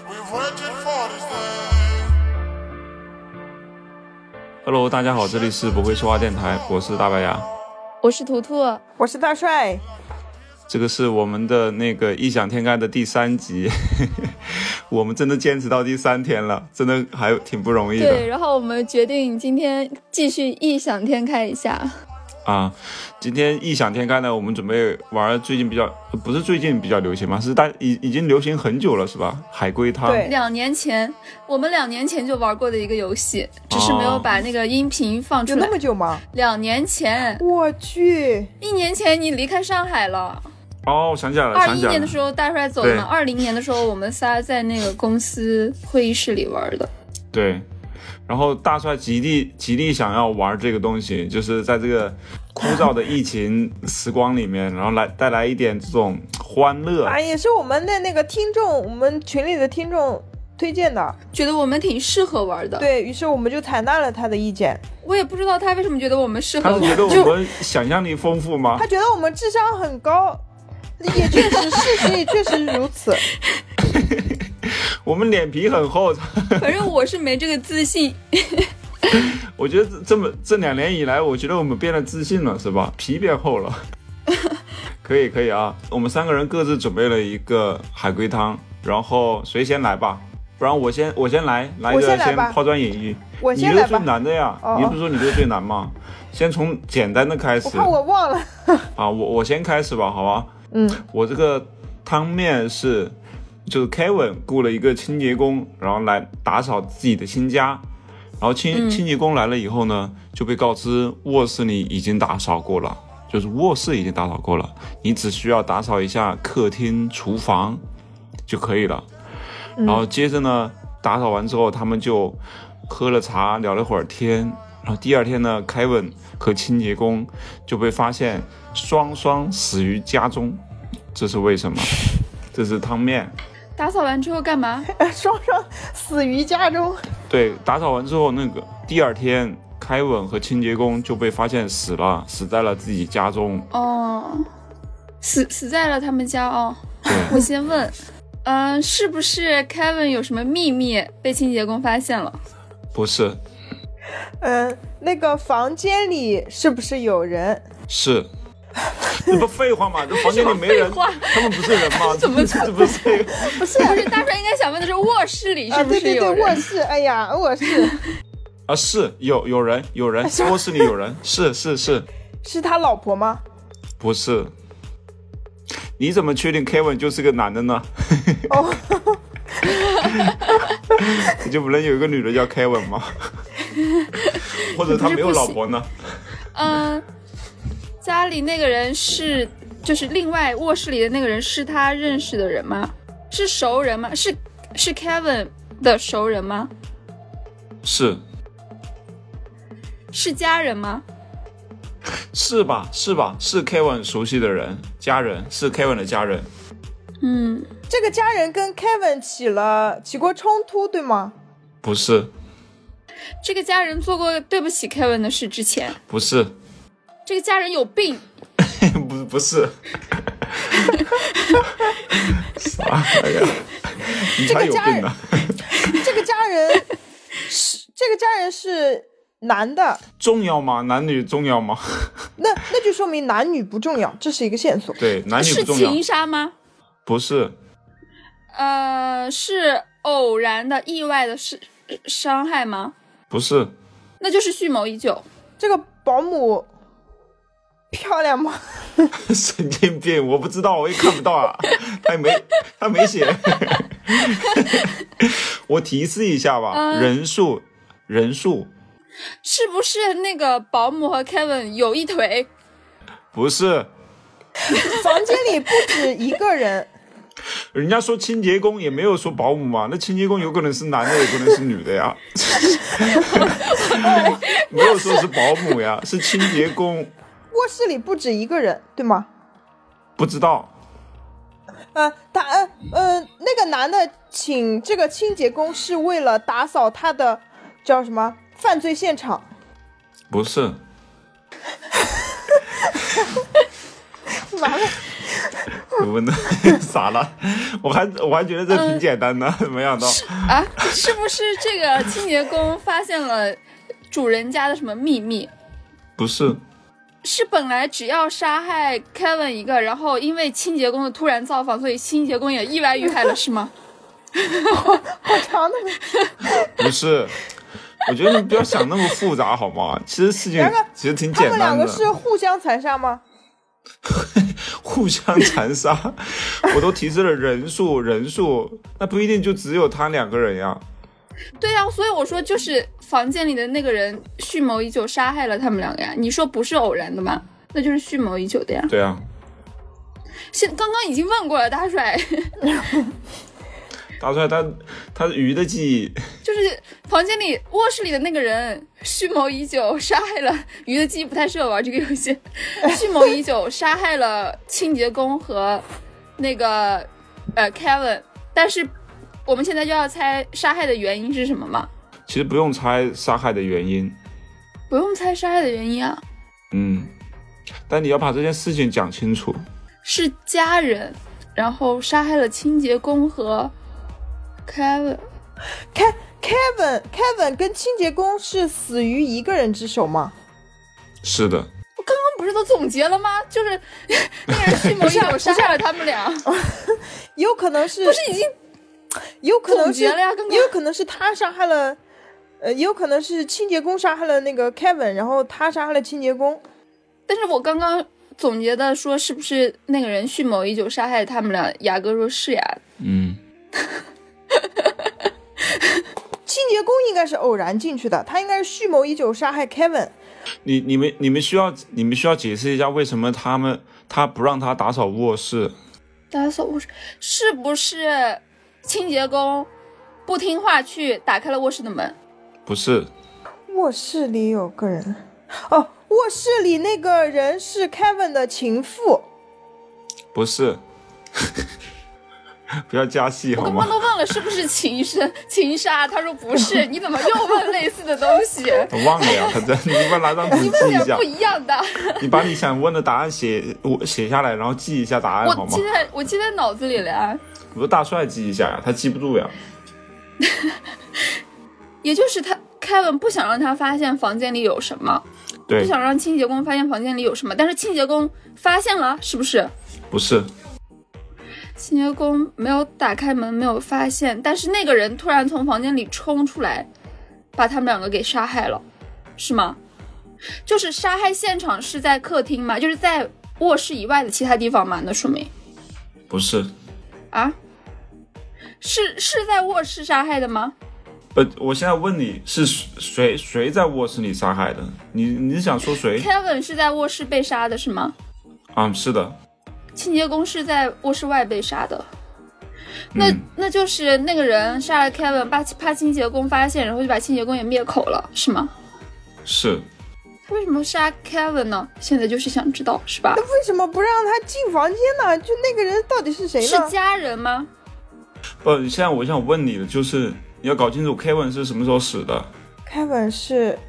Hello， 大家好，这里是不会说话电台，我是大白牙， 我是图图， 我是大帅。 这个是我们的那个异想天开的第3集我们真的坚持到第3天了，真的还挺不容易的。 对，然后我们决定今天继续异想天开一下啊。今天异想天开呢，我们准备玩最近比较不是最近比较流行嘛，是已经流行很久了是吧？海龟汤。 对，2年前我们2年前就玩过的一个游戏，只是没有把那个音频放出来。 有那么久吗 ？2年前。 我去 ，1年前你离开上海了。 哦，想起来了。 21年的时候大帅走了嘛，20年的时候我们仨在那个公司会议室里玩的。 对，然后大帅极力想要玩这个东西，就是在这个枯燥的疫情时光里面，然后带来一点这种欢乐。 也是我们的那个听众，我们群里的听众推荐的， 觉得我们挺适合玩的。 对，于是我们就采纳了他的意见。 我也不知道他为什么觉得我们适合玩， 他是觉得我们想象力丰富吗？ 他觉得我们智商很高，也确实事实也确实如此我们脸皮很厚反正我是没这个自信我觉得这2年以来，我觉得我们变得自信了，是吧？皮变厚了可以啊，我们3个人各自准备了一个海龟汤，然后谁先来吧？不然我先来一个先抛砖引玉。 我先来吧。 你这最难的呀，你不是说你这最难吗？先从简单的开始。 我怕我忘了啊，我先开始吧，好吧？我这个汤面是，就是 Kevin 雇了一个清洁工，然后来打扫自己的新家，然后清洁工来了以后呢，就被告知卧室里已经打扫过了，就是卧室已经打扫过了，你只需要打扫一下客厅、厨房就可以了。然后接着呢，打扫完之后，他们就喝了茶，聊了会儿天。然后第2天呢 ，Kevin 和清洁工就被发现双双死于家中，这是为什么？这是汤面。 打扫完之后干嘛？ 双双死于家中。 对，打扫完之后，那个第2天，Kevin 和清洁工就被发现死在了自己家中。 哦，死在了他们家哦。我先问，是不是 Kevin 有什么秘密被清洁工发现了？ 不是。 那个房间里是不是有人？ 是。这不废话吗？这房间里没人，他们不是人吗？ 怎么这不是？ 不是，大帅应该想问的是卧室里是不是有人？ 对，卧室。哎呀，卧室啊，是有人，卧室里有人，是。 是他老婆吗？ 不是。你怎么确定 Kevin 就是个男的呢？就不能有一个女的叫 Kevin 吗？或者他没有老婆呢？ 家里那个人就是另外卧室里的那个人是他认识的人吗？是熟人吗？是 Kevin 的熟人吗？ 是。 是家人吗？ 是吧？是 Kevin 熟悉的人，家人，是 Kevin 的家人。 这个家人跟 Kevin 起过冲突，对吗？ 不是。 这个家人做过对不起 Kevin 的事之前？ 不是。 这个家人有病？ 不是。啥呀？你才有病呢！ 这个家人是男的。 重要吗？男女重要吗？ 那就说明男女不重要，这是一个线索。 对，男女不重要。 是情杀吗？ 不是。 是偶然的、意外的伤害吗？ 不是。 那就是蓄谋已久。 这个保姆漂亮吗？ 神经病，我不知道，我也看不到啊，他没写。我提示一下吧，人数。 是不是那个保姆和 Kevin 有一腿？ 不是。 房间里不止一个人。 人家说清洁工，也没有说保姆嘛，那清洁工有可能是男的，也可能是女的呀。没有说是保姆呀，是清洁工。 卧室里不止一个人，对吗？ 不知道。 那个男的请这个清洁工是为了打扫他的叫什么犯罪现场？ 不是。 完了， 你问的傻了，我还觉得这挺简单的，没想到啊，是不是这个清洁工发现了主人家的什么秘密？ 不是， 是本来只要杀害 Kevin 一个，然后因为清洁工的突然造访，所以清洁工也意外遇害了，是吗？ 好长的。 不是，我觉得你不要想那么复杂好吗？其实事情其实挺简单的。 他们两个是互相残杀吗？ 互相残杀，我都提示了人数，那不一定就只有他2个人呀。 对呀，所以我说就是房间里的那个人蓄谋已久杀害了他们2个呀。你说不是偶然的吗？那就是蓄谋已久的呀。 对啊。 刚刚已经问过了，大帅。 大帅他鱼的记忆就是房间里卧室里的那个人蓄谋已久杀害了鱼的记忆不太适合玩这个游戏，蓄谋已久杀害了清洁工和那个Kevin， 但是我们现在就要猜杀害的原因是什么吗？ 其实不用猜杀害的原因， 不用猜杀害的原因啊。 但你要把这件事情讲清楚。 是家人，然后杀害了清洁工和Kevin 跟清洁工是死于一个人之手吗？ 是的。 我刚刚不是都总结了吗？就是那个人蓄谋已久杀害了他们俩。 有可能是不是已经有可能是总结了呀？刚刚也有可能是他杀害了也有可能是清洁工杀害了那个 Kevin， 然后他杀害了清洁工。 但是我刚刚总结的说是不是那个人蓄谋已久杀害他们俩？雅哥说是呀。 清洁工应该是偶然进去的，他应该是蓄谋已久杀害 Kevin。 你们需要解释一下为什么他不让他打扫卧室？ 打扫卧室是不是清洁工不听话去打开了卧室的门？ 不是。 卧室里有个人。哦，卧室里那个人是 Kevin 的情妇。 不是。不要加戏好吗？ 我刚刚都问了是不是情杀，他说不是。你怎么又问类似的东西？ 我忘了呀，你把拿张纸记一下。 你问点不一样的。 你把你想问的答案写下来，然后记一下答案好吗？ 我记在脑子里了呀。 我说大帅记一下呀，他记不住呀。 也就是Kevin 不想让他发现房间里有什么， 对， 不想让清洁工发现房间里有什么，但是清洁工发现了，是不是？ 不是。 清洁工没有打开门，没有发现，但是那个人突然从房间里冲出来，把他们2个给杀害了，是吗？就是杀害现场是在客厅吗？就是在卧室以外的其他地方吗？那说明不是啊，是在卧室杀害的吗？ 我现在问你是谁在卧室里杀害的？你是想说谁 ？Kevin 是在卧室被杀的是吗？ 是的。 清洁工是在卧室外被杀的，那就是那个人杀了 Kevin， 怕清洁工发现，然后就把清洁工也灭口了，是吗？ 是。 他为什么杀 Kevin 呢？现在就是想知道，是吧？ 那为什么不让他进房间呢？就那个人到底是谁呢？ 是家人吗？ 不，现在我想问你的就是你要搞清楚 Kevin 是什么时候死的。 Kevin 是。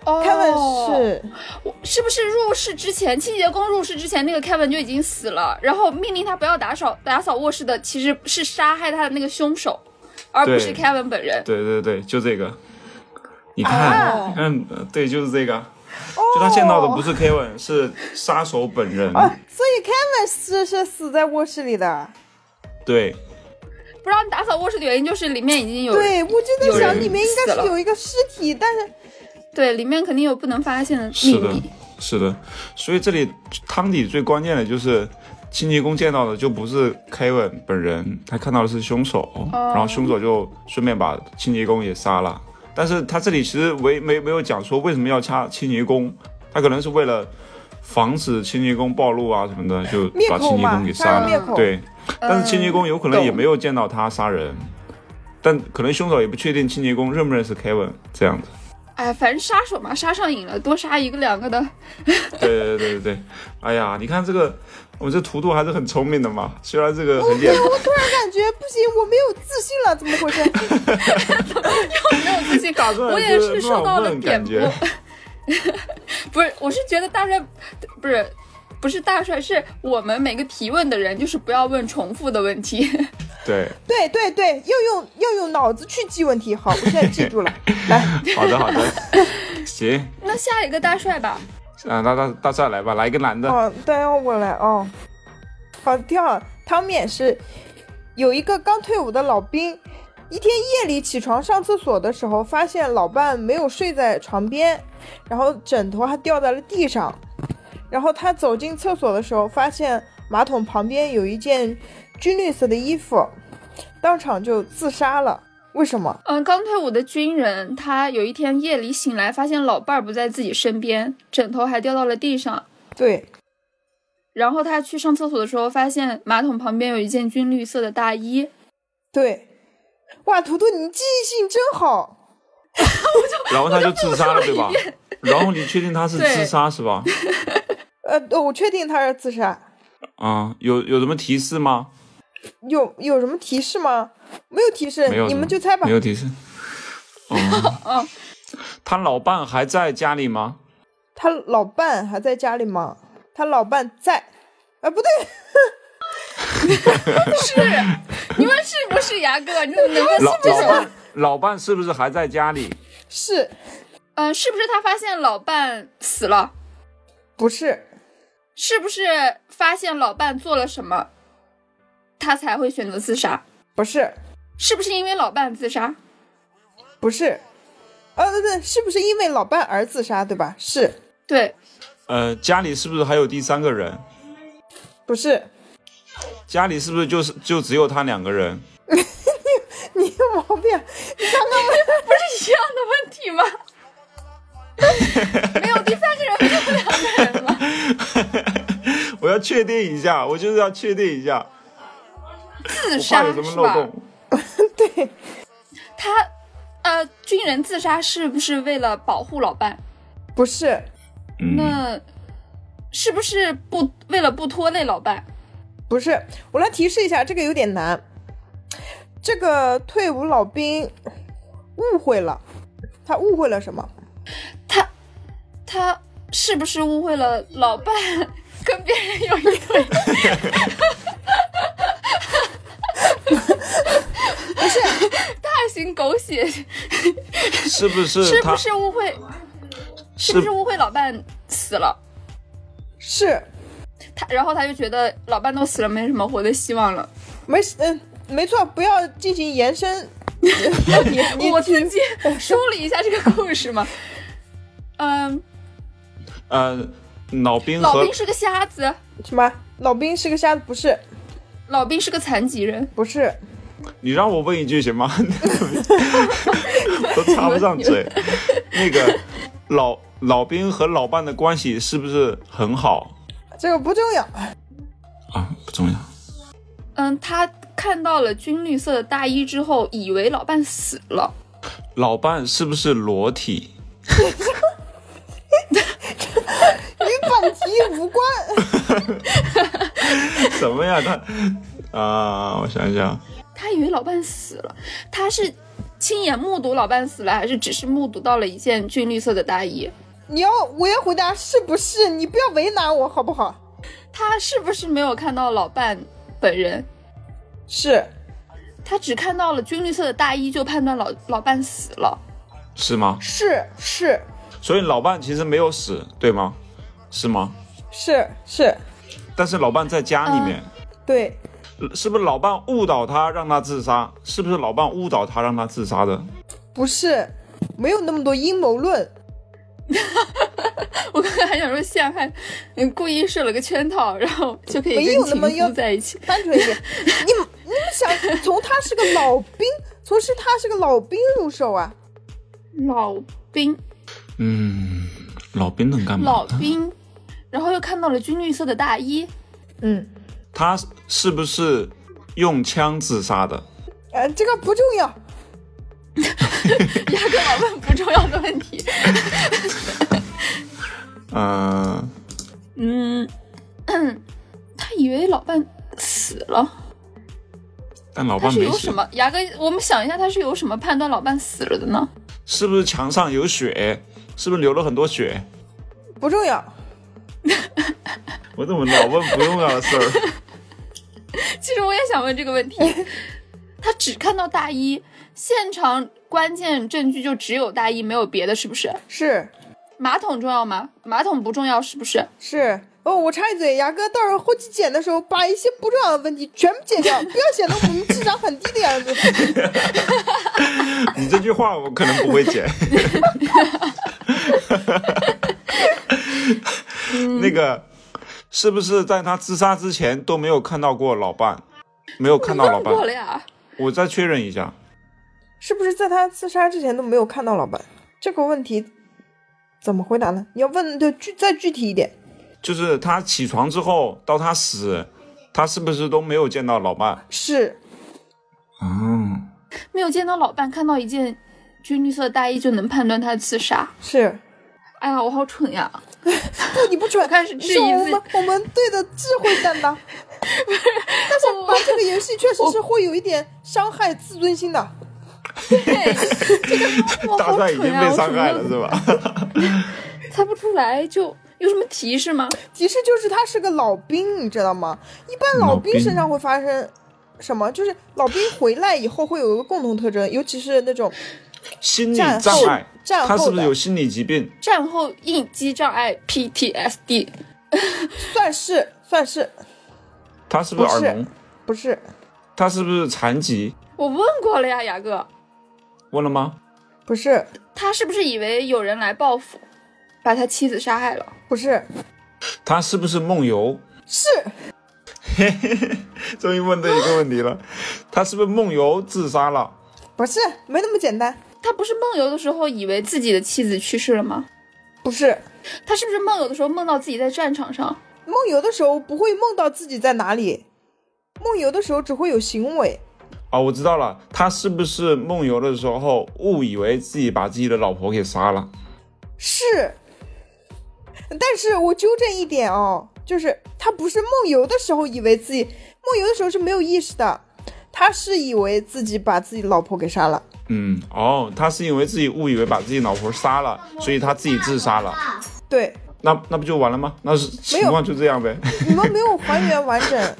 Kevin 是不是入室之前，清洁工入室之前，那个 Kevin 就已经死了，然后命令他不要打扫卧室的其实是杀害他的那个凶手，而不是 Kevin 本人。 对，就这个。你看，对，就是这个。就他见到的不是 Kevin， 是杀手本人。 所以 Kevin 是死在卧室里的。 对。 不让打扫卧室的原因就是里面已经有。 对，我就在想里面应该是有一个尸体，但是。 对，里面肯定有不能发现的秘密。 是的，所以这里汤底最关键的就是清洁工见到的就不是 Kevin 本人，他看到的是凶手，然后凶手就顺便把清洁工也杀了。但是他这里其实没有讲说为什么要掐清洁工，他可能是为了防止清洁工暴露啊什么的，就把清洁工给杀了。对，但是清洁工有可能也没有见到他杀人，但可能凶手也不确定清洁工认不认识 Kevin 这样子。 哎，反正杀手嘛，杀上瘾了，多杀一个两个的。 对，哎呀，你看这个，我这图还是很聪明的嘛。虽然这个很简单， 我突然感觉不行，我没有自信了，怎么回事？ 怎么又没有自信？我也是受到了点拨。不是，我是觉得大帅不是不是大帅，是我们每个提问的人，就是不要问重复的问题。 对， 要用脑子去记问题。好，我现在记住了。来， 好的，行。 那下一个大帅吧。 大帅来吧，来一个男的。 哦，等下我来哦。好，第二汤面是有一个刚退伍的老兵，一天夜里起床上厕所的时候，发现老伴没有睡在床边，然后枕头还掉在了地上。然后他走进厕所的时候，发现马桶旁边有一件军绿色的衣服，当场就自杀了。为什么？ 刚退伍的军人，他有一天夜里醒来，发现老伴儿不在自己身边，枕头还掉到了地上。 对。 然后他去上厕所的时候，发现马桶旁边有一件军绿色的大衣。 对。哇，图图你记忆性真好。 然后他就自杀了，对吧？然后你确定他是自杀是吧？ 我确定他是自杀。 有什么提示吗？ 有什么提示吗？没有提示，你们就猜吧。 没有提示。他老伴还在家里吗？ 他老伴还在家里吗？他老伴在。不对。 是，你们是不是牙哥？你们是不是老伴是不是还在家里？ 是。 是不是他发现老伴死了？ 不是。 是不是发现老伴做了什么，他才会选择自杀？ 不是。 是不是因为老伴自杀？ 不是。对，是不是因为老伴而自杀，对吧？是。 对。 家里是不是还有第三个人？ 不是。 家里是不是就只有他2个人？ 你有毛病！你刚刚不是一样的问题吗？没有第三个人，不就2个人吗？ 我要确定一下，我就是要确定一下。 自杀有什么漏洞？ 对。 他军人自杀是不是为了保护老伴？ 不是。 那是不是为了不拖累老伴？ 不是。我来提示一下，这个有点难。这个退伍老兵误会了，他误会了什么？ 他是不是误会了老伴跟别人有一腿？ 不是， 大型狗血。 是不是？ 是不是误会？是不是误会老伴死了？ 是。 然后他就觉得老伴都死了，没什么活的希望了。 没错，不要进行延伸。 我直接梳理一下这个故事嘛。 老兵是个瞎子。 什么？老兵是个瞎子？不是。 老兵是个残疾人？ 不是。 你让我问一句行吗？都插不上嘴。那个老兵和老伴的关系是不是很好？ 这个不重要。 不重要。 他看到了军绿色的大衣之后，以为老伴死了。 老伴是不是裸体？ 与本题无关。 什么呀？我想想。 他以为老伴死了，他是亲眼目睹老伴死了，还是只是目睹到了一件军绿色的大衣？ 我要回答是不是，你不要为难我好不好？ 他是不是没有看到老伴本人？ 是。 他只看到了军绿色的大衣就判断老伴死了， 是吗？ 是。 所以老伴其实没有死，对吗？是吗？ 是。 但是老伴在家里面。 对。 是不是老伴误导他让他自杀？是不是老伴误导他让他自杀的？ 不是，没有那么多阴谋论。 我刚才还想说陷害，故意设了个圈套，然后就可以跟情夫在一起。 单纯一点。你们想从他是个老兵，他是个老兵入手啊？ 老兵。 老兵能干嘛？ 老兵，然后又看到了军绿色的大衣。 他是不是用枪自杀的？ 这个不重要。 压根老问不重要的问题。他以为老伴死了， 但老伴没死。 他是有什么？牙哥，我们想一下，他是有什么判断老伴死了的呢？ 是不是墙上有血？是不是流了很多血？ 不重要。 我怎么老问不重要的事儿？ 其实我也想问这个问题，他只看到大衣，现场关键证据就只有大衣，没有别的，是不是？ 是。 马桶重要吗？马桶不重要，是不是？ 是。哦，我插一嘴，牙哥到时候后期剪的时候，把一些不重要的问题全部剪掉，不要显得我们智商很低的样子。 你这句话我可能不会剪。那个是不是在他自杀之前都没有看到过老伴？没有看到老伴。 问过了呀。 我再确认一下， 是不是在他自杀之前都没有看到老伴？这个问题怎么回答呢？你要问的再具体一点。 就是他起床之后到他死，他是不是都没有见到老伴？ 是。 没有见到老伴，看到一件军绿色大衣就能判断他自杀？ 是。 哎呀，我好蠢呀！ 不，你不蠢， 我开始质疑自己。 我们对的智慧担当。不是，但是玩这个游戏确实是会有一点伤害自尊心的。 对，这个我好蠢呀！ 大赛已经被伤害了是吧？ 猜不出来就。有什么提示吗？ 提示就是他是个老兵，你知道吗？一般老兵身上会发生什么？就是老兵回来以后会有一个共同特征，尤其是那种心理障碍。他是不是有心理疾病？ 战后应激障碍 PTSD。 算是。 他是不是耳聋？ 不是。 他是不是残疾？ 我问过了呀，雅哥。 问了吗？ 不是。 他是不是以为有人来报复？把他妻子杀害了？ 不是。 他是不是梦游？ 是。 终于问对一个问题了，他是不是梦游自杀了？ 不是，没那么简单。 他不是梦游的时候以为自己的妻子去世了吗？ 不是。 他是不是梦游的时候梦到自己在战场上？ 梦游的时候不会梦到自己在哪里，梦游的时候只会有行为。 我知道了，他是不是梦游的时候误以为自己把自己的老婆给杀了？ 是。但是我纠正一点哦，就是他不是梦游的时候以为自己，梦游的时候是没有意识的，他是以为自己把自己老婆给杀了。 他是因为自己误以为把自己老婆杀了，所以他自己自杀了。 对。 那不就完了吗？那是情况就这样呗。 你们没有还原完整。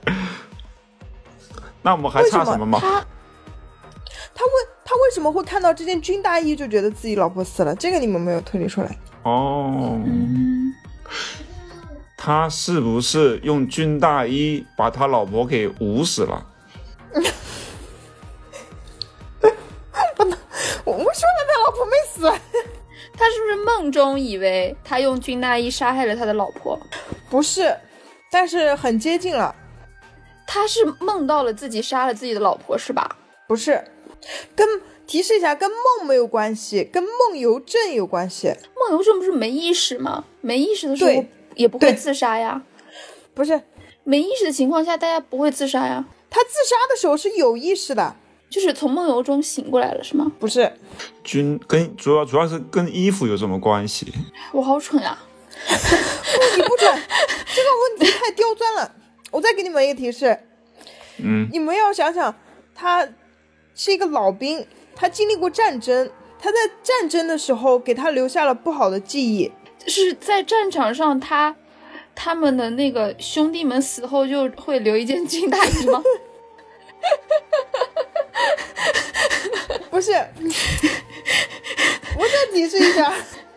那我们还差什么吗？ 他为什么会看到这件军大衣就觉得自己老婆死了？这个你们没有推理出来。 他是不是用军大衣把他老婆给捂死了？ 不能，我说了他老婆没死。 他是不是梦中以为他用军大衣杀害了他的老婆？ 不是，但是很接近了。 他是梦到了自己杀了自己的老婆是吧？ 不是，提示一下，跟梦没有关系，跟梦游症有关系。 梦游症不是没意识吗？没意识的时候也不会自杀呀。不是，没意识的情况下大家不会自杀呀。 他自杀的时候是有意识的， 就是从梦游中醒过来了是吗？ 不是， 主要是跟衣服有什么关系？ 我好蠢啊。 你不蠢，这个问题太刁钻了。我再给你们一个提示，你们要想想，他是一个老兵，他经历过战争，他在战争的时候给他留下了不好的记忆。 是在战场上他们的那个兄弟们死后就会留一件军大衣吗？ 不是，我再提示一下。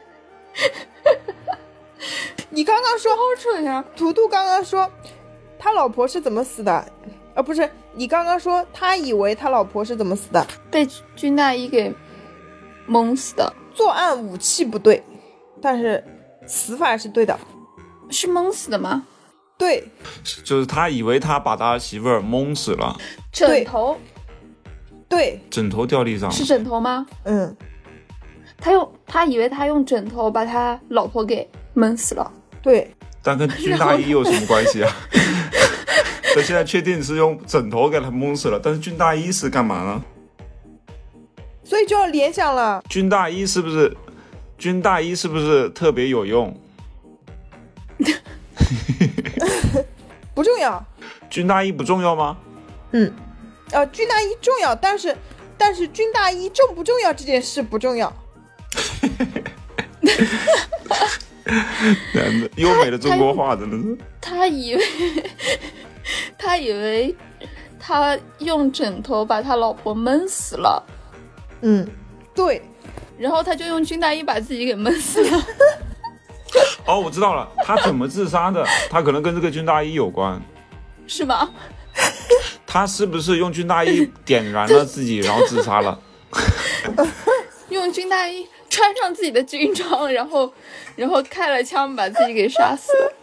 你刚刚说好蠢呀！ 图图刚刚说他老婆是怎么死的？不是，你刚刚说他以为他老婆是怎么死的？ 被军大衣给蒙死的。 作案武器不对，但是死法是对的。 是蒙死的吗？ 对， 就是他以为他把他媳妇儿蒙死了。 枕头？ 对， 枕头掉地上是枕头吗？他以为他用枕头把他老婆给闷死了。 对， 但跟军大衣有什么关系啊？所以现在确定是用枕头给他蒙死了，但是军大衣是干嘛呢？ 所以就要联想了。 军大衣是不是特别有用？ 不重要。 军大衣不重要吗？ 军大衣重要，但是军大衣重不重要这件事不重要。 优美的中国话真的是。 他以为他用枕头把他老婆闷死了。 对。 然后他就用军大衣把自己给闷死了。 哦，我知道了，他怎么自杀的？他可能跟这个军大衣有关， 是吗？ 他是不是用军大衣点燃了自己，然后自杀了？ 用军大衣穿上自己的军装，然后开了枪把自己给杀死了。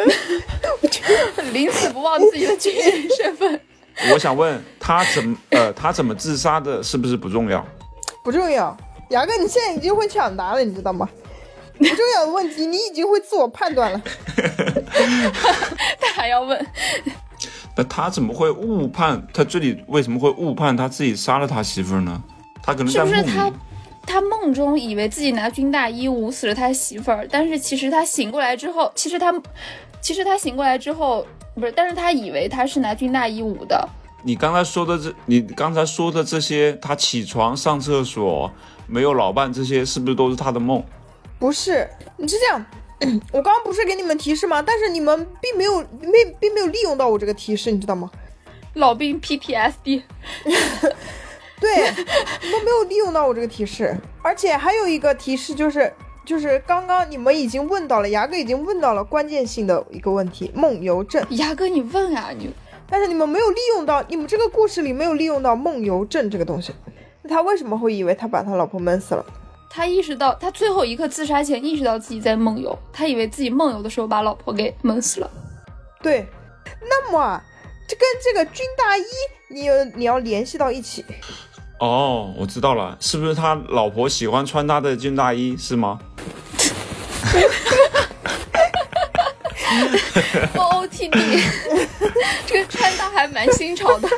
临死不忘自己的军人身份。 我想问他怎么自杀的，是不是不重要？ 不重要。牙哥，你现在已经会抢答了，你知道吗？不重要的问题你已经会自我判断了。 他还要问， 那他怎么会误判？他这里为什么会误判他自己杀了他媳妇儿呢？他可能在梦里。 是不是他梦中以为自己拿军大衣捂死了他媳妇儿，但是其实他醒过来之后，其实他醒过来之后不是，但是他以为他是拿军大衣捂的。 你刚才说的这些，他起床上厕所没有老伴，这些是不是都是他的梦？ 不是，你是这样，我刚刚不是给你们提示吗？但是你们并没有利用到我这个提示，你知道吗？ 老兵 PTSD。 对，你们没有利用到我这个提示，而且还有一个提示就是刚刚你们已经问到了，牙哥已经问到了关键性的一个问题，梦游症。 牙哥你问啊你。 但是你们没有利用到，你们这个故事里没有利用到梦游症这个东西。他为什么会以为他把他老婆闷死了？ 他意识到，他最后一刻自杀前意识到自己在梦游，他以为自己梦游的时候把老婆给闷死了。 对，那么这跟这个军大衣你要联系到一起。 哦，我知道了，是不是他老婆喜欢穿他的军大衣，是吗 ？OOTD 这个穿搭还蛮新潮的。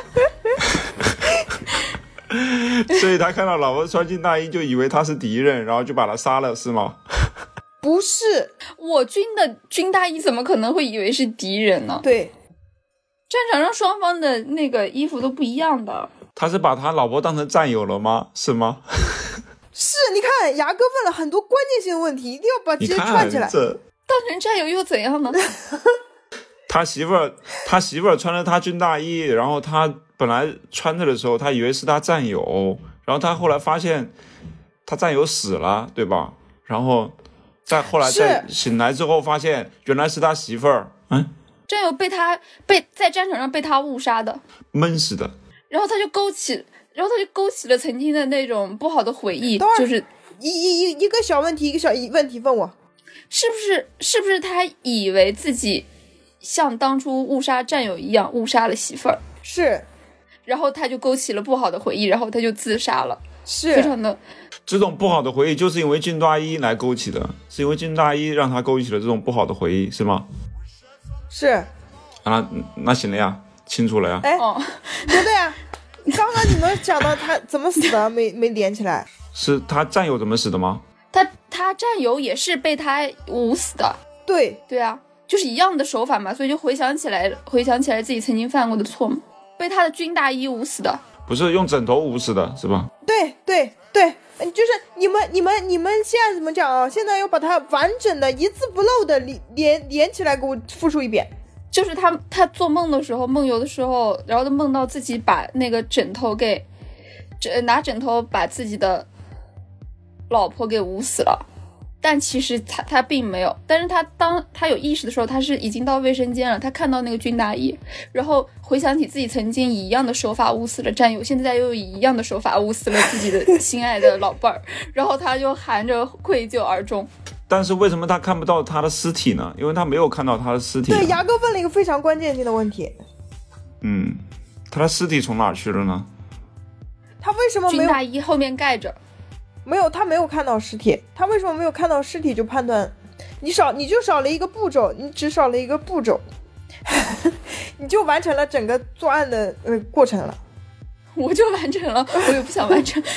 所以他看到老婆穿军大衣就以为他是敌人，然后就把他杀了，是吗？ 不是， 我军的军大衣怎么可能会以为是敌人呢？ 对， 战场上双方的那个衣服都不一样的。 他是把他老婆当成战友了吗？是吗？ 是，你看牙哥问了很多关键性的问题，一定要把这些串起来。 当成战友又怎样呢？ 他媳妇儿穿了他军大衣，然后他本来穿着的时候他以为是他战友，然后他后来发现他战友死了，对吧？然后后来再醒来之后发现原来是他媳妇儿。 战友在战场上被他误杀的， 闷死的。然后他就勾起了曾经的那种不好的回忆，就是一个小问题，一个小问题问我， 是不是他以为自己像当初误杀战友一样误杀了媳妇儿？ 是， 然后他就勾起了不好的回忆，然后他就自杀了。 是， 非常的这种不好的回忆就是因为军大衣来勾起的，是因为军大衣让他勾起了这种不好的回忆，是吗？ 是。 那行了呀，清楚了呀。 不对啊，刚刚你们讲到他怎么死的没连起来。 是他战友怎么死的吗？ 他战友也是被他捂死的。 对啊，就是一样的手法嘛，所以就回想起来自己曾经犯过的错嘛，被他的军大衣捂死的。 不是用枕头捂死的是吧？ 对，就是你们现在怎么讲啊？现在要把它完整的一字不漏的连起来给我复述一遍。 就是他做梦的时候，梦游的时候，然后他梦到自己把那个拿枕头把自己的老婆给捂死了，但其实他并没有。但是当他有意识的时候，他是已经到卫生间了，他看到那个军大衣，然后回想起自己曾经以一样的手法捂死了战友，现在又以一样的手法捂死了自己的心爱的老伴儿，然后他就含着愧疚而终。 但是为什么他看不到他的尸体呢？因为他没有看到他的尸体。 对，牙哥问了一个非常关键性的问题。 他的尸体从哪去了呢？ 他为什么没有？ 军大衣后面盖着。 没有，他没有看到尸体。他为什么没有看到尸体就判断？你就少了一个步骤，你只少了一个步骤，你就完成了整个作案的过程了。 我就完成了，我也不想完成。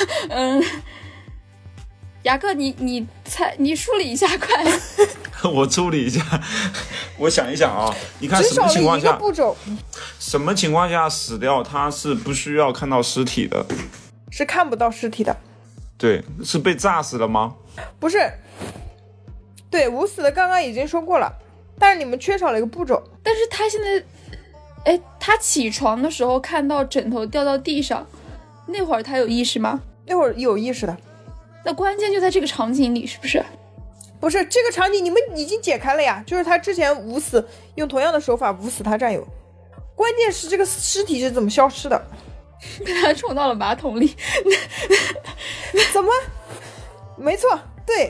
牙哥，你梳理一下，快！ 我处理一下，我想一想啊，你看什么情况下？ 只少了一个步骤。 什么情况下死掉？他是不需要看到尸体的， 是看不到尸体的。 对，是被炸死了吗？ 不是。 对，捂死的刚刚已经说过了，但是你们缺少了一个步骤。 但是他现在，他起床的时候看到枕头掉到地上，那会儿他有意识吗？ 那会儿有意识的。 那关键就在这个场景里，是不是？ 不是，这个场景你们已经解开了呀，就是他之前捂死，用同样的手法捂死他战友。关键是这个尸体是怎么消失的？ 被他冲到了马桶里。 怎么？没错，对。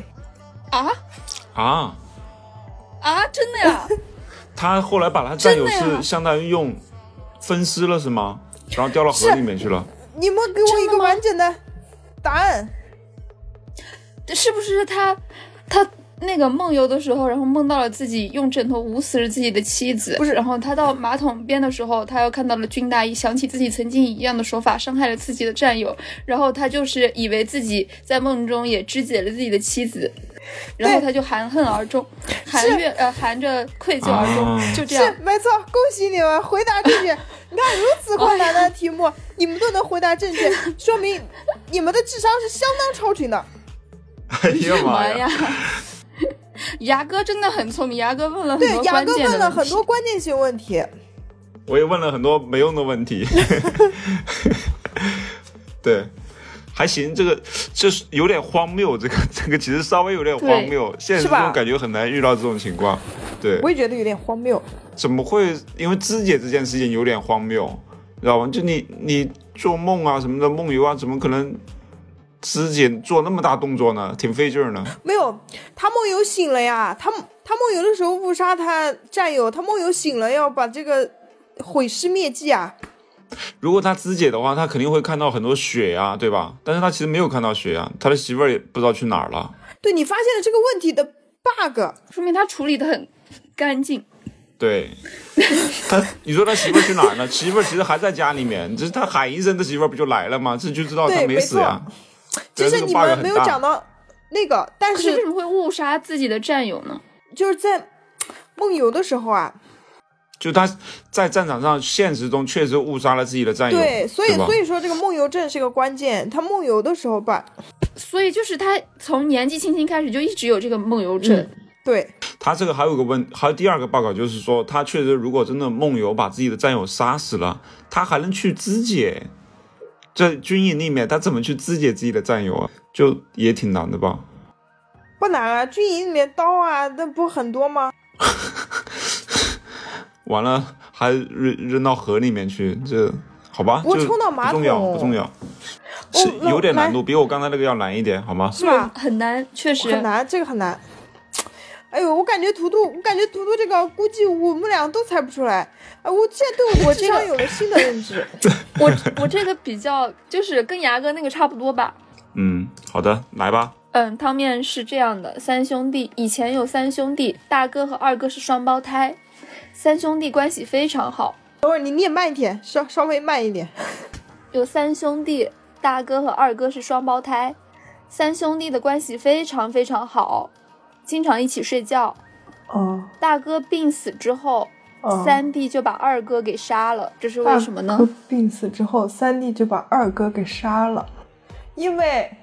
真的呀？ 他后来把他战友是相当于用分尸了是吗？然后掉到河里面去了。 你们给我一个完整的答案。 是不是他那个梦游的时候，然后梦到了自己用枕头捂死了自己的妻子？ 不是， 然后他到马桶边的时候，他又看到了军大衣，想起自己曾经以一样的手法伤害了自己的战友，然后他就是以为自己在梦中也肢解了自己的妻子，然后他就含恨而终，含着愧疚而终，就这样。 是没错，恭喜你们回答正确。你看如此困难的题目，你们都能回答正确，说明你们的智商是相当超群的。 哎呀妈呀！ 牙哥真的很聪明，牙哥问了很多关键的问题。对， 牙哥问了很多关键性问题。 我也问了很多没用的问题。对，还行，这个就是有点荒谬，这个其实稍微有点荒谬，现实中感觉很难遇到这种情况。对， 我也觉得有点荒谬。 怎么会？因为肢解这件事情有点荒谬，知道吗？就你做梦啊什么的，梦游啊，怎么可能肢解做那么大动作呢？挺费劲儿呢。 没有，他梦游醒了呀，他梦游的时候误杀他战友，他梦游醒了要把这个毁尸灭迹啊。 如果他肢解的话，他肯定会看到很多血啊，对吧？但是他其实没有看到血啊，他的媳妇儿也不知道去哪儿了。 对，你发现了这个问题的 bug， 说明他处理得很干净。 对，你说他媳妇儿去哪儿呢？媳妇儿其实还在家里面，只是他喊一声，他媳妇儿不就来了吗？这就知道他没死呀。 其实你们没有讲到那个，但是为什么会误杀自己的战友呢？ 就是在梦游的时候啊， 就他在战场上现实中确实误杀了自己的战友。 对，所以说这个梦游症是个关键。他梦游的时候吧， 所以就是他从年纪轻轻开始就一直有这个梦游症。 对， 他这个还有第二个报告，就是说他确实如果真的梦游把自己的战友杀死了，他还能去肢解。在军营里面，他怎么去肢解自己的战友啊？就也挺难的吧？ 不难啊，军营里面刀啊，那不很多吗？ 完了，还扔到河里面去，这好吧？ 我冲到马桶， 不重要，是有点难度，比我刚才那个要难一点，好吗？ 是吧？ 很难，确实很难，这个很难。哎呦，我感觉图图这个估计我们俩都猜不出来啊！我现在对我的智商有了新的认知。 我这个比较就是跟牙哥那个差不多吧。 好的，来吧。 汤面是这样的：三兄弟，以前有三兄弟，大哥和二哥是双胞胎，三兄弟关系非常好。 等会儿你念慢一点，稍微慢一点。 有三兄弟，大哥和二哥是双胞胎，三兄弟的关系非常非常好。经常一起睡觉。大哥病死之后，三弟就把二哥给杀了，这是为什么呢？ 大哥病死之后，三弟就把二哥给杀了，因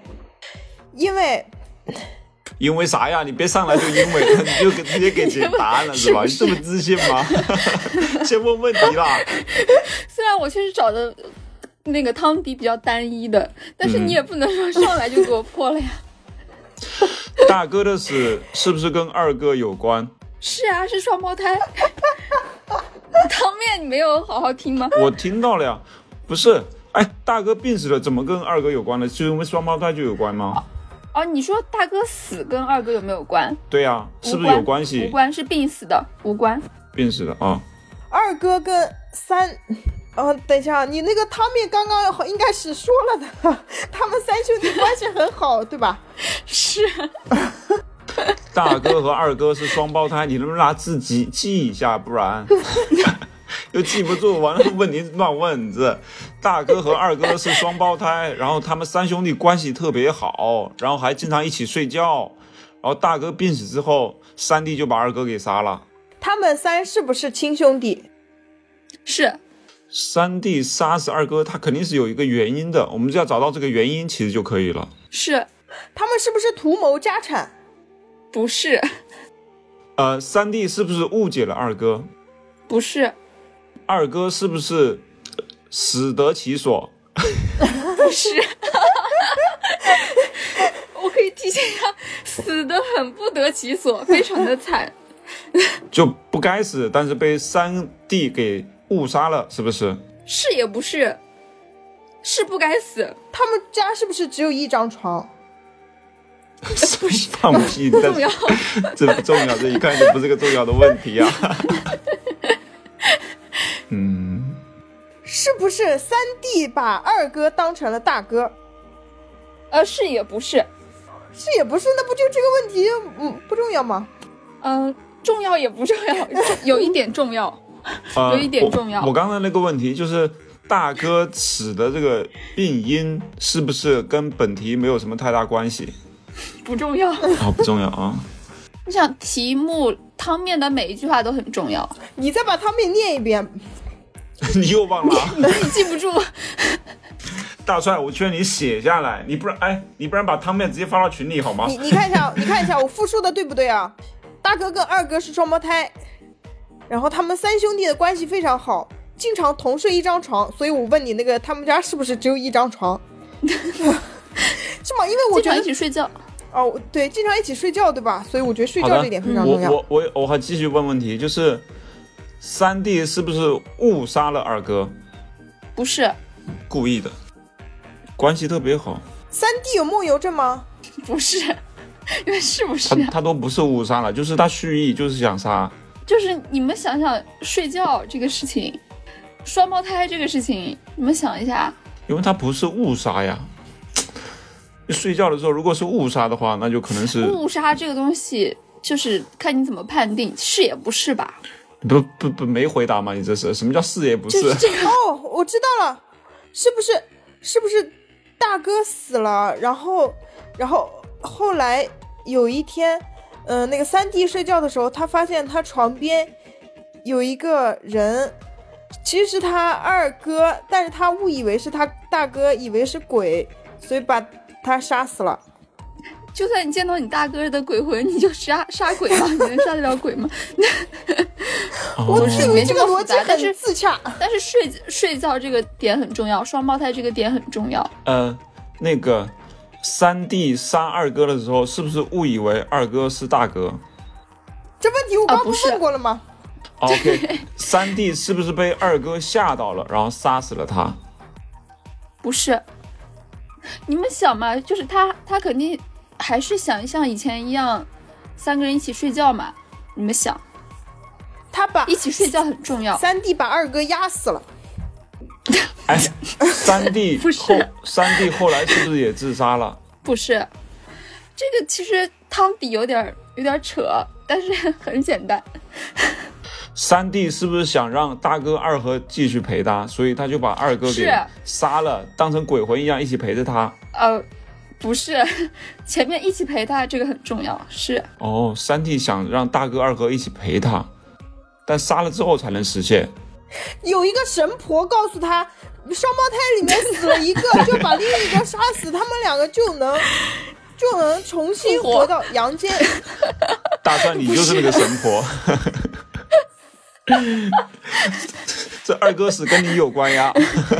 为啥呀？你别上来就因为，你就直接给解答案了是吧？你这么自信吗？先问问题啦。 虽然我确实找的那个汤底比较单一的，但是你也不能说上来就给我破了呀。 大哥的死是不是跟二哥有关？ 是啊，是双胞胎。汤面你没有好好听吗？ 我听到了呀，不是，大哥病死了，怎么跟二哥有关呢？是因为双胞胎就有关吗？ 你说大哥死跟二哥有没有关？ 对呀，是不是有关系？ 无关，是病死的，无关。 病死的啊。 二哥跟三。等一下，你那个汤面刚刚应该是说了的，他们三兄弟关系很好，对吧？ 是。 大哥和二哥是双胞胎，你能不能拿字记一下，不然又记不住，完了问题乱问。这大哥和二哥是双胞胎，然后他们三兄弟关系特别好，然后还经常一起睡觉，然后大哥病死之后，三弟就把二哥给杀了。 他们三是不是亲兄弟？ 是。 三弟杀死二哥，他肯定是有一个原因的，我们只要找到这个原因其实就可以了。 是。 他们是不是图谋家产？ 不是。 三弟是不是误解了二哥？ 不是。 二哥是不是死得其所？ 不是。我可以提醒一下，死得很不得其所，非常的惨。 就不该死，但是被三弟给误杀了，是不是？ 是也不是，是不该死。 他们家是不是只有一张床？ 放屁！ 不重要， 这不重要，这一看就不是个重要的问题啊。 是不是三弟把二哥当成了大哥？ 是也不是。 是也不是，那不就这个问题不重要吗？ 重要也不重要，有一点重要。有一点重要。 我刚才那个问题就是大哥死的这个病因是不是跟本题没有什么太大关系？ 不重要。 不重要啊。 你想题目汤面的每一句话都很重要。 你再把汤面念一遍。 你又忘了啊？ 你记不住。 大帅，我劝你写下来，你不然把汤面直接发到群里好吗？ 你看一下，我复述的对不对啊？大哥跟二哥是双胞胎，然后他们三兄弟的关系非常好，经常同睡一张床，所以我问你那个他们家是不是只有一张床？是吗？因为我觉得经常一起睡觉。 哦，对，经常一起睡觉，对吧？所以我觉得睡觉这点非常重要。 我还继续问问题，就是三弟是不是误杀了二哥？ 不是， 故意的，关系特别好。 三弟有梦游症吗？ 不是，因为是不是他都不是误杀了，就是他蓄意，就是想杀。 就是你们想想睡觉这个事情，双胞胎这个事情，你们想一下。 因为他不是误杀呀。睡觉的时候如果是误杀的话，那就可能是误杀这个东西就是看你怎么判定，是也不是吧？ 不没回答吗？你这是什么叫是也不是？ 就是这个哦，我知道了，是不是大哥死了，然后后来有一天那个三弟睡觉的时候，他发现他床边有一个人，其实是他二哥，但是他误以为是他大哥，以为是鬼，所以把他杀死了。 就算你见到你大哥的鬼魂，你就杀鬼吗？你能杀得了鬼吗？ 我以为这个逻辑很自洽， 但是睡觉这个点很重要，双胞胎这个点很重要。 那个三弟杀二哥的时候，是不是误以为二哥是大哥？ 这问题我刚不问过了吗 ？OK， 三弟是不是被二哥吓到了，然后杀死了他？ 不是，你们想嘛，就是他肯定还是想像以前一样，三个人一起睡觉嘛。你们想， 他把一起睡觉很重要。 三弟把二哥压死了。 哎，三弟后来是不是也自杀了？ 不是，这个其实汤底有点扯，但是很简单。 三弟是不是想让大哥二哥继续陪他，所以他就把二哥给杀了，当成鬼魂一样一起陪着他？ 不是，前面一起陪他这个很重要。是三弟想让大哥二哥一起陪他，但杀了之后才能实现。 有一个神婆告诉他，双胞胎里面死了一个，就把另一个杀死，他们两个就能重新回到阳间。 大帅，你就是那个神婆。这二哥死跟你有关呀。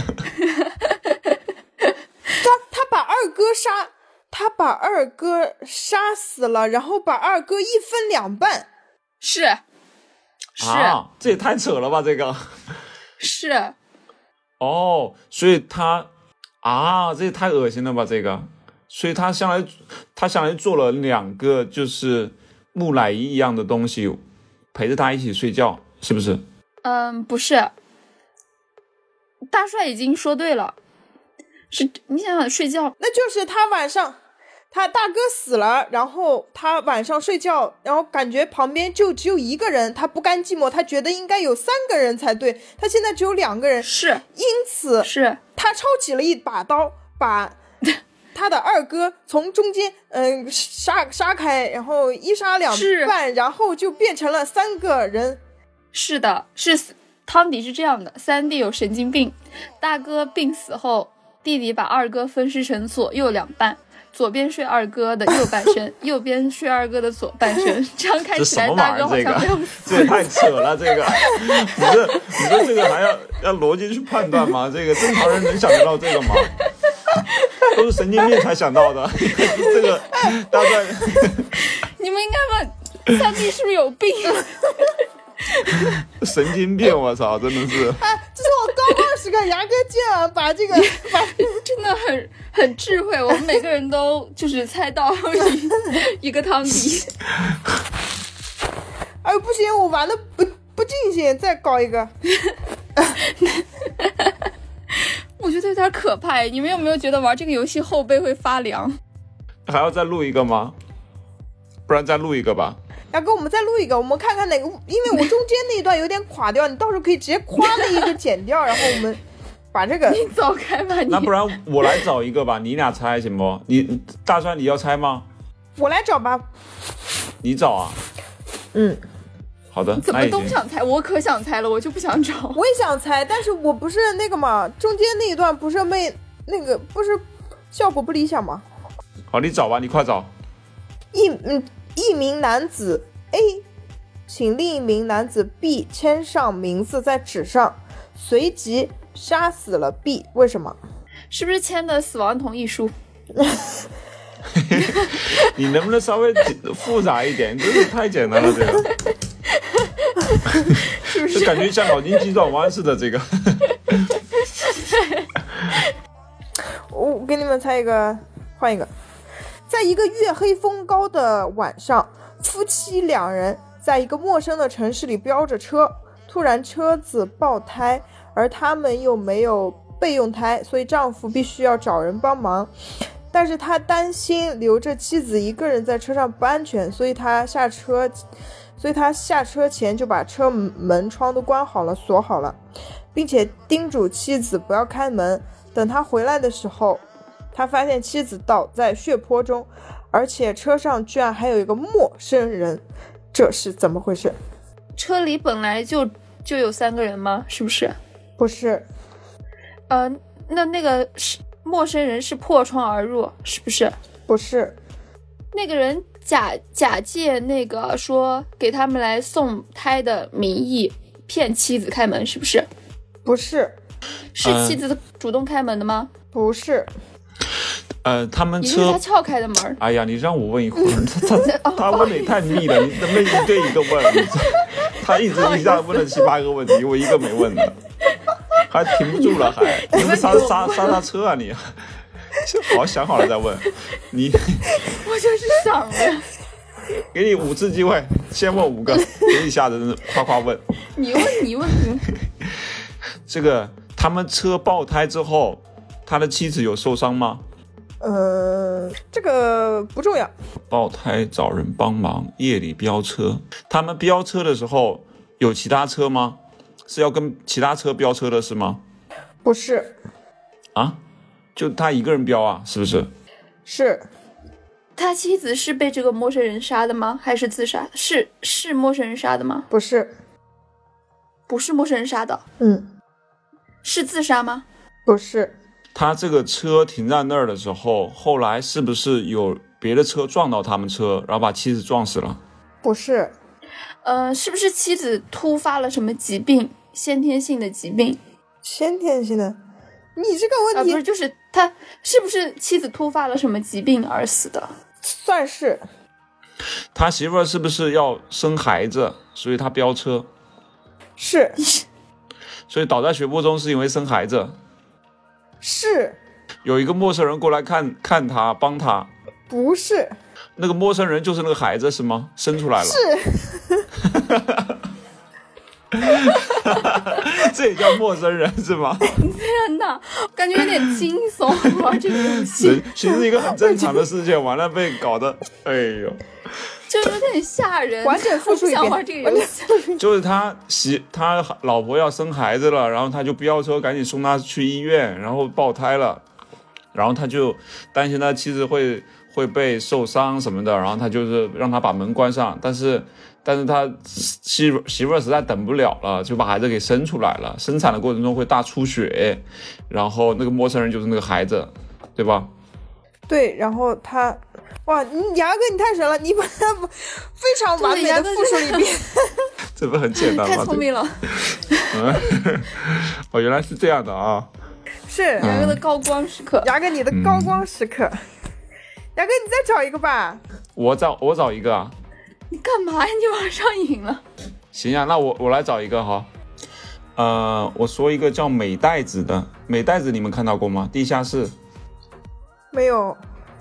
他把二哥杀死了，然后把二哥一分两半。 是这也太扯了吧，这个是所以他这也太恶心了吧，这个，所以他向来做了两个就是木乃伊一样的东西陪着他一起睡觉，是不是？ 不是，大帅已经说对了，是你想想睡觉， 那就是他晚上他大哥死了，然后他晚上睡觉，然后感觉旁边就只有一个人，他不甘寂寞，他觉得应该有3个人才对，他现在只有2个人， 是， 因此是他抄起了一把刀，把他的二哥从中间杀开，然后一杀两半，然后就变成了3个人。 是的，是汤底是这样的，三弟有神经病，大哥病死后弟弟把二哥分尸成左右两半，左边睡二哥的右半身，右边睡二哥的左半身。这样看起来大哥好像没有死。 这也太扯了，这个你说这个还要逻辑去判断吗？这个正常人能想得到这个吗？都是神经病才想到的。这个大概你们应该问三弟是不是有病？ 神经病，我操，真的是！ 哎，这是我高20个牙根腱啊，把这个真的很智慧，我们每个人都就是猜到一个汤底。 哎，不行，我玩的不尽兴，再搞一个。 我觉得有点可怕，你们有没有觉得玩这个游戏后背会发凉？ 还要再录一个吗？不然再录一个吧。 要跟我们再录一个，我们看看哪个，因为我中间那一段有点垮掉，你到时候可以直接夸那一个剪掉，然后我们把这个。 你走开吧你。 那不然我来找一个吧，你俩猜行不？你大川你要猜吗？ 我来找吧。 你找啊？ 嗯。 好的。 怎么都不想猜？我可想猜了，我就不想找。 我也想猜，但是我不是那个嘛，中间那一段不是那个不是效果不理想吗？ 好，你找吧，你快找。 一名男子 A 请另一名男子 B 签上名字在纸上，随即杀死了 B， 为什么？ 是不是签的死亡同意书？ 你能不能稍微复杂一点？真是太简单了，这个。 是不是？ 就感觉像脑筋急转弯似的，这个。 我给你们猜一个，换一个。在一个月黑风高的晚上，夫妻两人在一个陌生的城市里飙着车，突然车子爆胎，而他们又没有备用胎，所以丈夫必须要找人帮忙。但是他担心留着妻子一个人在车上不安全，所以他下车前就把车门窗都关好了，锁好了，并且叮嘱妻子不要开门。等他回来的时候，他发现妻子倒在血泊中，而且车上居然还有一个陌生人，这是怎么回事？ 车里本来就有3个人吗？是不是？ 不是。 那个陌生人是破窗而入，是不是？ 不是。 那个人假借那个说给他们来送胎的名义骗妻子开门，是不是？ 不是。 是妻子主动开门的吗？ 不是。 他们车， 也就是他撬开的门。 哎呀，你让我问一会儿，他问的也太密了，你能不能一个一个问？他一下问了7、8个问题，我一个没问的，还停不住了，还你们刹车啊你？好想好了再问你。 我就是想了， 给你5次机会，先问5个，别一下子夸问。 你问。 这个他们车爆胎之后，他的妻子有受伤吗？ 这个不重要。 爆胎找人帮忙，夜里飙车。他们飙车的时候有其他车吗？是要跟其他车飙车的是吗？ 不是。 啊？就他一个人飙啊？是不是？ 是。 他妻子是被这个陌生人杀的吗？还是自杀？是陌生人杀的吗？ 不是。 不是陌生人杀的。是自杀吗？ 不是。 他这个车停在那儿的时候，后来是不是有别的车撞到他们车，然后把妻子撞死了？ 不是。 是不是妻子突发了什么疾病，先天性的疾病？ 先天性的？你这个问题， 不是，就是他是不是妻子突发了什么疾病而死的？ 算是。 他媳妇儿是不是要生孩子，所以他飙车？ 是。 所以倒在血泊中是因为生孩子？ 是。 有一个陌生人过来看他，帮他？ 不是。 那个陌生人就是那个孩子是吗？生出来了？ 是。 这也叫陌生人是吗？ 天哪，感觉有点惊悚啊！这个游戏其实一个很正常的事件，完了被搞得，哎呦， 就有点吓人。 完整复述一遍。 我不想玩这个游戏。 就是他老婆要生孩子了，然后他就飙车赶紧送他去医院，然后爆胎了，然后他就担心他妻子会被受伤什么的，然后他就是让他把门关上，但是但是他媳妇实在等不了了，就把孩子给生出来了。生产的过程中会大出血，然后那个陌生人就是那个孩子，对吧？ 对，然后他，哇，牙哥你太神了，你把它非常完美的复述了一遍， 这不很简单吗？ 太聪明了。 哦，原来是这样的啊！ 是牙哥的高光时刻， 牙哥你的高光时刻，牙哥你再找一个吧。 我找一个啊！ 你干嘛呀？你往上瘾了？ 行啊，那我来找一个哈。我说一个叫美袋子的，美袋子你们看到过吗？地下室。 没有。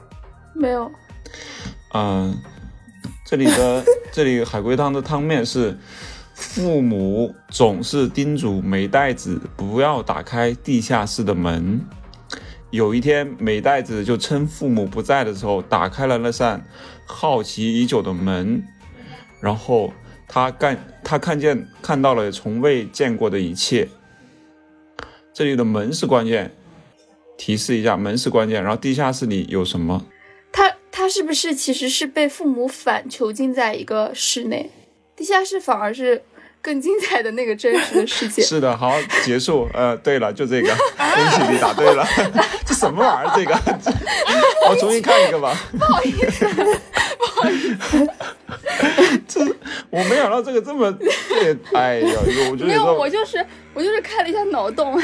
这里海龟汤的汤面是：父母总是叮嘱美袋子不要打开地下室的门。有一天，美袋子就趁父母不在的时候，打开了那扇好奇已久的门，然后他看到了从未见过的一切。这里的门是关键，提示一下，门是关键。然后地下室里有什么？ 他是不是其实是被父母反囚禁在一个室内？地下室反而是更精彩的那个真实的世界。 是的，好，结束。对了，就这个，恭喜你答对了。这什么玩意儿？这个，我重新看一个吧。 不好意思。 这我没想到这个这么，哎呀，我觉得没有，我就是开了一下脑洞。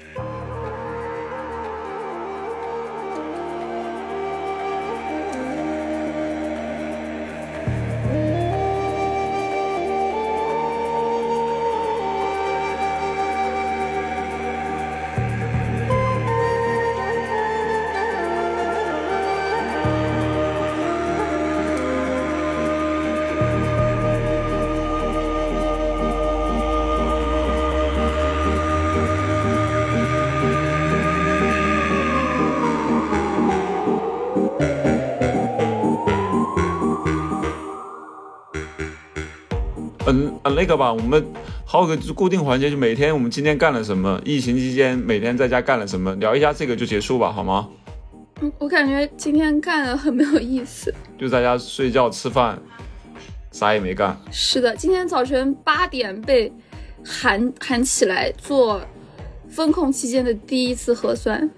那个吧，我们还有个固定环节，就每天我们今天干了什么，疫情期间每天在家干了什么，聊一下这个就结束吧，好吗？ 我感觉今天干的很没有意思， 就在家睡觉吃饭，啥也没干。 是的，今天早晨8点被喊起来做封控期间的第一次核酸。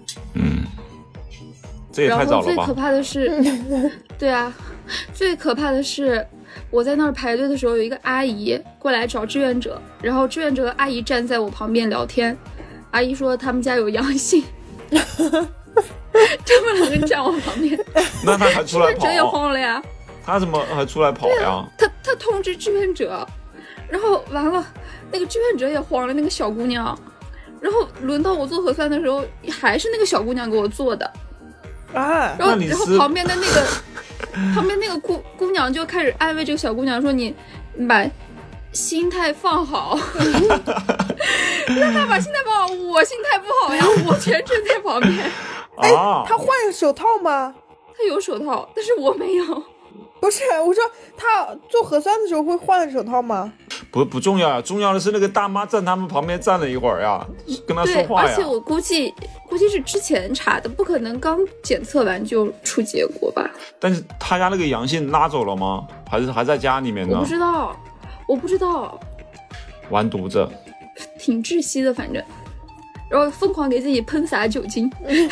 这也太早了吧。 然后最可怕的是对啊，最可怕的是我在那儿排队的时候，有一个阿姨过来找志愿者，然后志愿者阿姨站在我旁边聊天，阿姨说他们家有阳性。这么两个站我旁边， 那他还出来跑？ 志愿者也慌了呀。 他怎么还出来跑呀？ 他通知志愿者，然后完了，那个志愿者也慌了，那个小姑娘，然后轮到我做核酸的时候，还是那个小姑娘给我做的啊。然后旁边的那个姑娘就开始安慰这个小姑娘说：“你把心态放好。”让她把心态放好，我心态不好呀，我全程在旁边。 他换手套吗？ 他有手套，但是我没有。 不是，我说他做核酸的时候会换手套吗？ 不重要呀，重要的是那个大妈站他们旁边站了一会儿呀，跟他说话呀。 对，而且我估计是之前查的，不可能刚检测完就出结果吧？ 但是他家那个阳性拉走了吗？还是还在家里面呢？ 我不知道。 完犊子， 挺窒息的，反正。然后疯狂给自己喷洒酒精。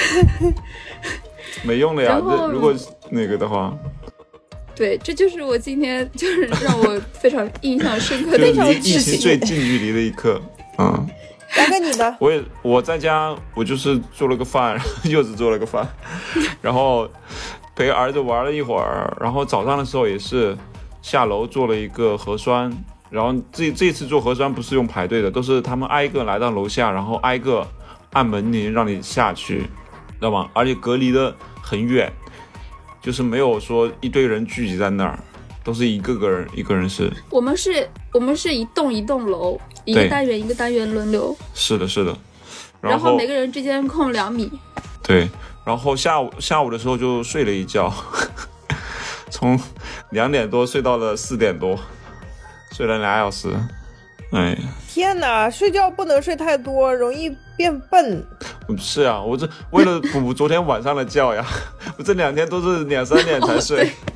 没用的呀，如果那个的话。 对，这就是我今天就是让我非常印象深刻的一件事情， 就是离疫情最近距离的一刻。 大哥你呢？ 我在家，我就是做了个饭，又是做了个饭，然后陪儿子玩了一会儿，然后早上的时候也是下楼做了一个核酸，然后这次做核酸不是用排队的，都是他们挨个来到楼下，然后挨个按门铃让你下去，知道吗？而且隔离的很远。就是没有说一堆人聚集在那儿，都是一个人是。我们是一栋楼，一个单元一个单元轮流。 是的。 然后每个人之间空2米。 对，然后下午的时候就睡了一觉，从2点多睡到了4点多，睡了2小时。哎呀， 天哪！睡觉不能睡太多，容易变笨。 是啊，我这为了补昨天晚上的觉呀，我这2天都是2、3点才睡。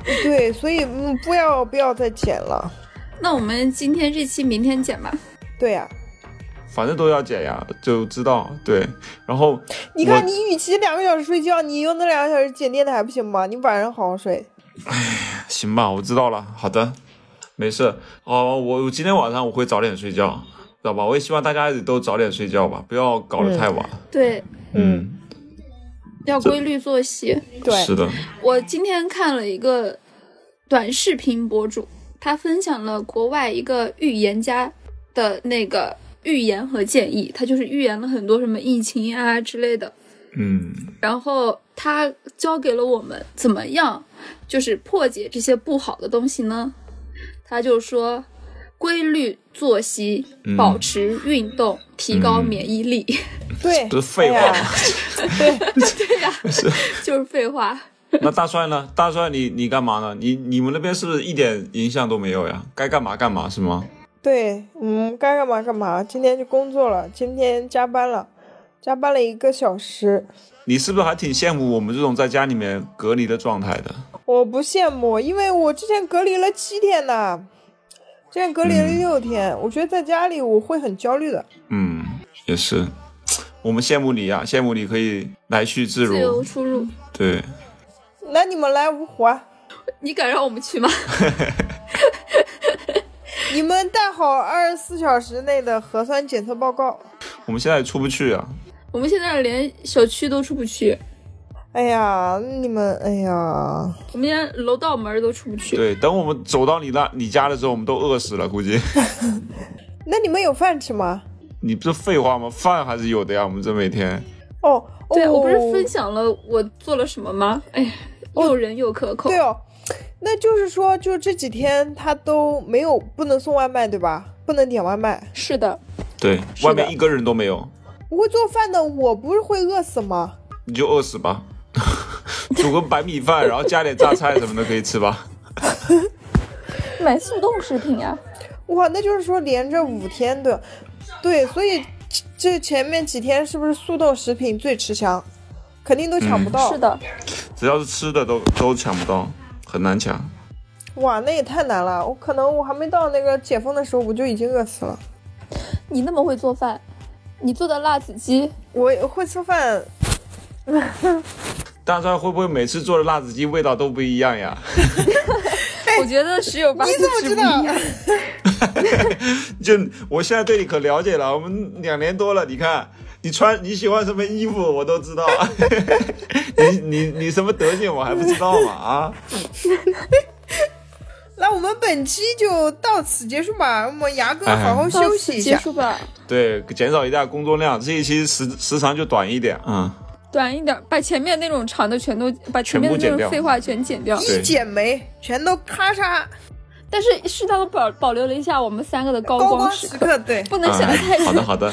对，所以不要再剪了。 那我们今天这期明天剪吧。 对呀、 反正都要剪呀，就知道。对，然后你看，你与其2个小时睡觉，你用那2个小时剪电台不行吗？你晚上好好睡。 行吧，我知道了。好的，没事。我今天晚上我会早点睡觉，知道吧？我也希望大家都早点睡觉吧，不要搞得太晚。 对，要规律作息。 对， 是的。 我今天看了一个短视频博主，他分享了国外一个预言家的那个预言和建议，他就是预言了很多什么疫情啊之类的。然后他教给了我们怎么样就是破解这些不好的东西呢？他就说规律作息，保持运动，提高免疫力。 对， 这是废话吗？ 对呀，就是废话。 那大帅呢？大帅你干嘛呢？你们那边是不是一点影响都没有呀？该干嘛干嘛是吗？ 对，该干嘛干嘛。今天就工作了，今天加班了1个小时。 你是不是还挺羡慕我们这种在家里面隔离的状态的？ 我不羡慕，因为我之前隔离了7天呢，之前隔离了6天，我觉得在家里我会很焦虑的。 也是，我们羡慕你呀，羡慕你可以来去自如， 自由出入。 对， 那你们来芜湖啊？ 你敢让我们去吗？ 你们带好24小时内的核酸检测报告。 我们现在出不去啊。 我们现在连小区都出不去。 哎呀，你们，哎呀， 我们连楼道门都出不去。 对，等我们走到你家的时候，我们都饿死了，估计。 那你们有饭吃吗？ 你不是废话吗？饭还是有的呀，我们这每天。 对，我不是分享了我做了什么吗？哎呀，诱人又可口。 对哦，那就是说，就这几天他都不能送外卖，对吧？不能点外卖。 是的。 对，外面一个人都没有。 不会做饭的我不是会饿死吗？ 你就饿死吧。煮个白米饭，然后加点榨菜什么的可以吃吧。 买速冻食品呀。 哇，那就是说连着5天的。对，所以这前面几天是不是速冻食品最吃香？肯定都抢不到。 是的， 只要是吃的都抢不到，很难抢。 哇，那也太难了。我还没到那个解封的时候，我就已经饿死了。 你那么会做饭，你做的辣子鸡， 我会吃饭。 大帅会不会每次做的辣子鸡味道都不一样呀？ 我觉得10有8 你怎么知道？ 就我现在对你可了解了，我们2年多了，你看你喜欢什么衣服我都知道。你什么德行我还不知道吗？啊？ 那我们本期就到此结束吧，我们牙哥好好休息一下。 结束吧。 对，减少一下工作量，这一期时长就短一点。 短一点，把前面那种长的全都把前面的那种废话全剪掉， 一剪没，全都咔嚓。 但是适当的保留了一下我们3个的高光时刻， 对， 不能显得太好的。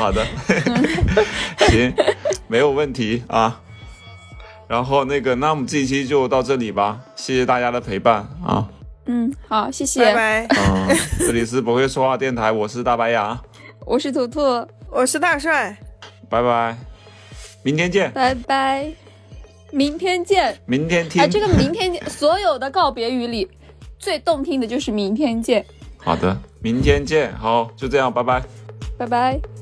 行，没有问题啊。然后那我们这一期就到这里吧，谢谢大家的陪伴啊。 好，谢谢， 拜拜。 这里是不会说话电台，我是大白牙， 我是图图， 我是大帅， 拜拜，明天见， 拜拜，明天见， 明天听。 这个明天见，所有的告别语里最动听的就是明天见。 好的，明天见，好，就这样，拜拜， 拜拜。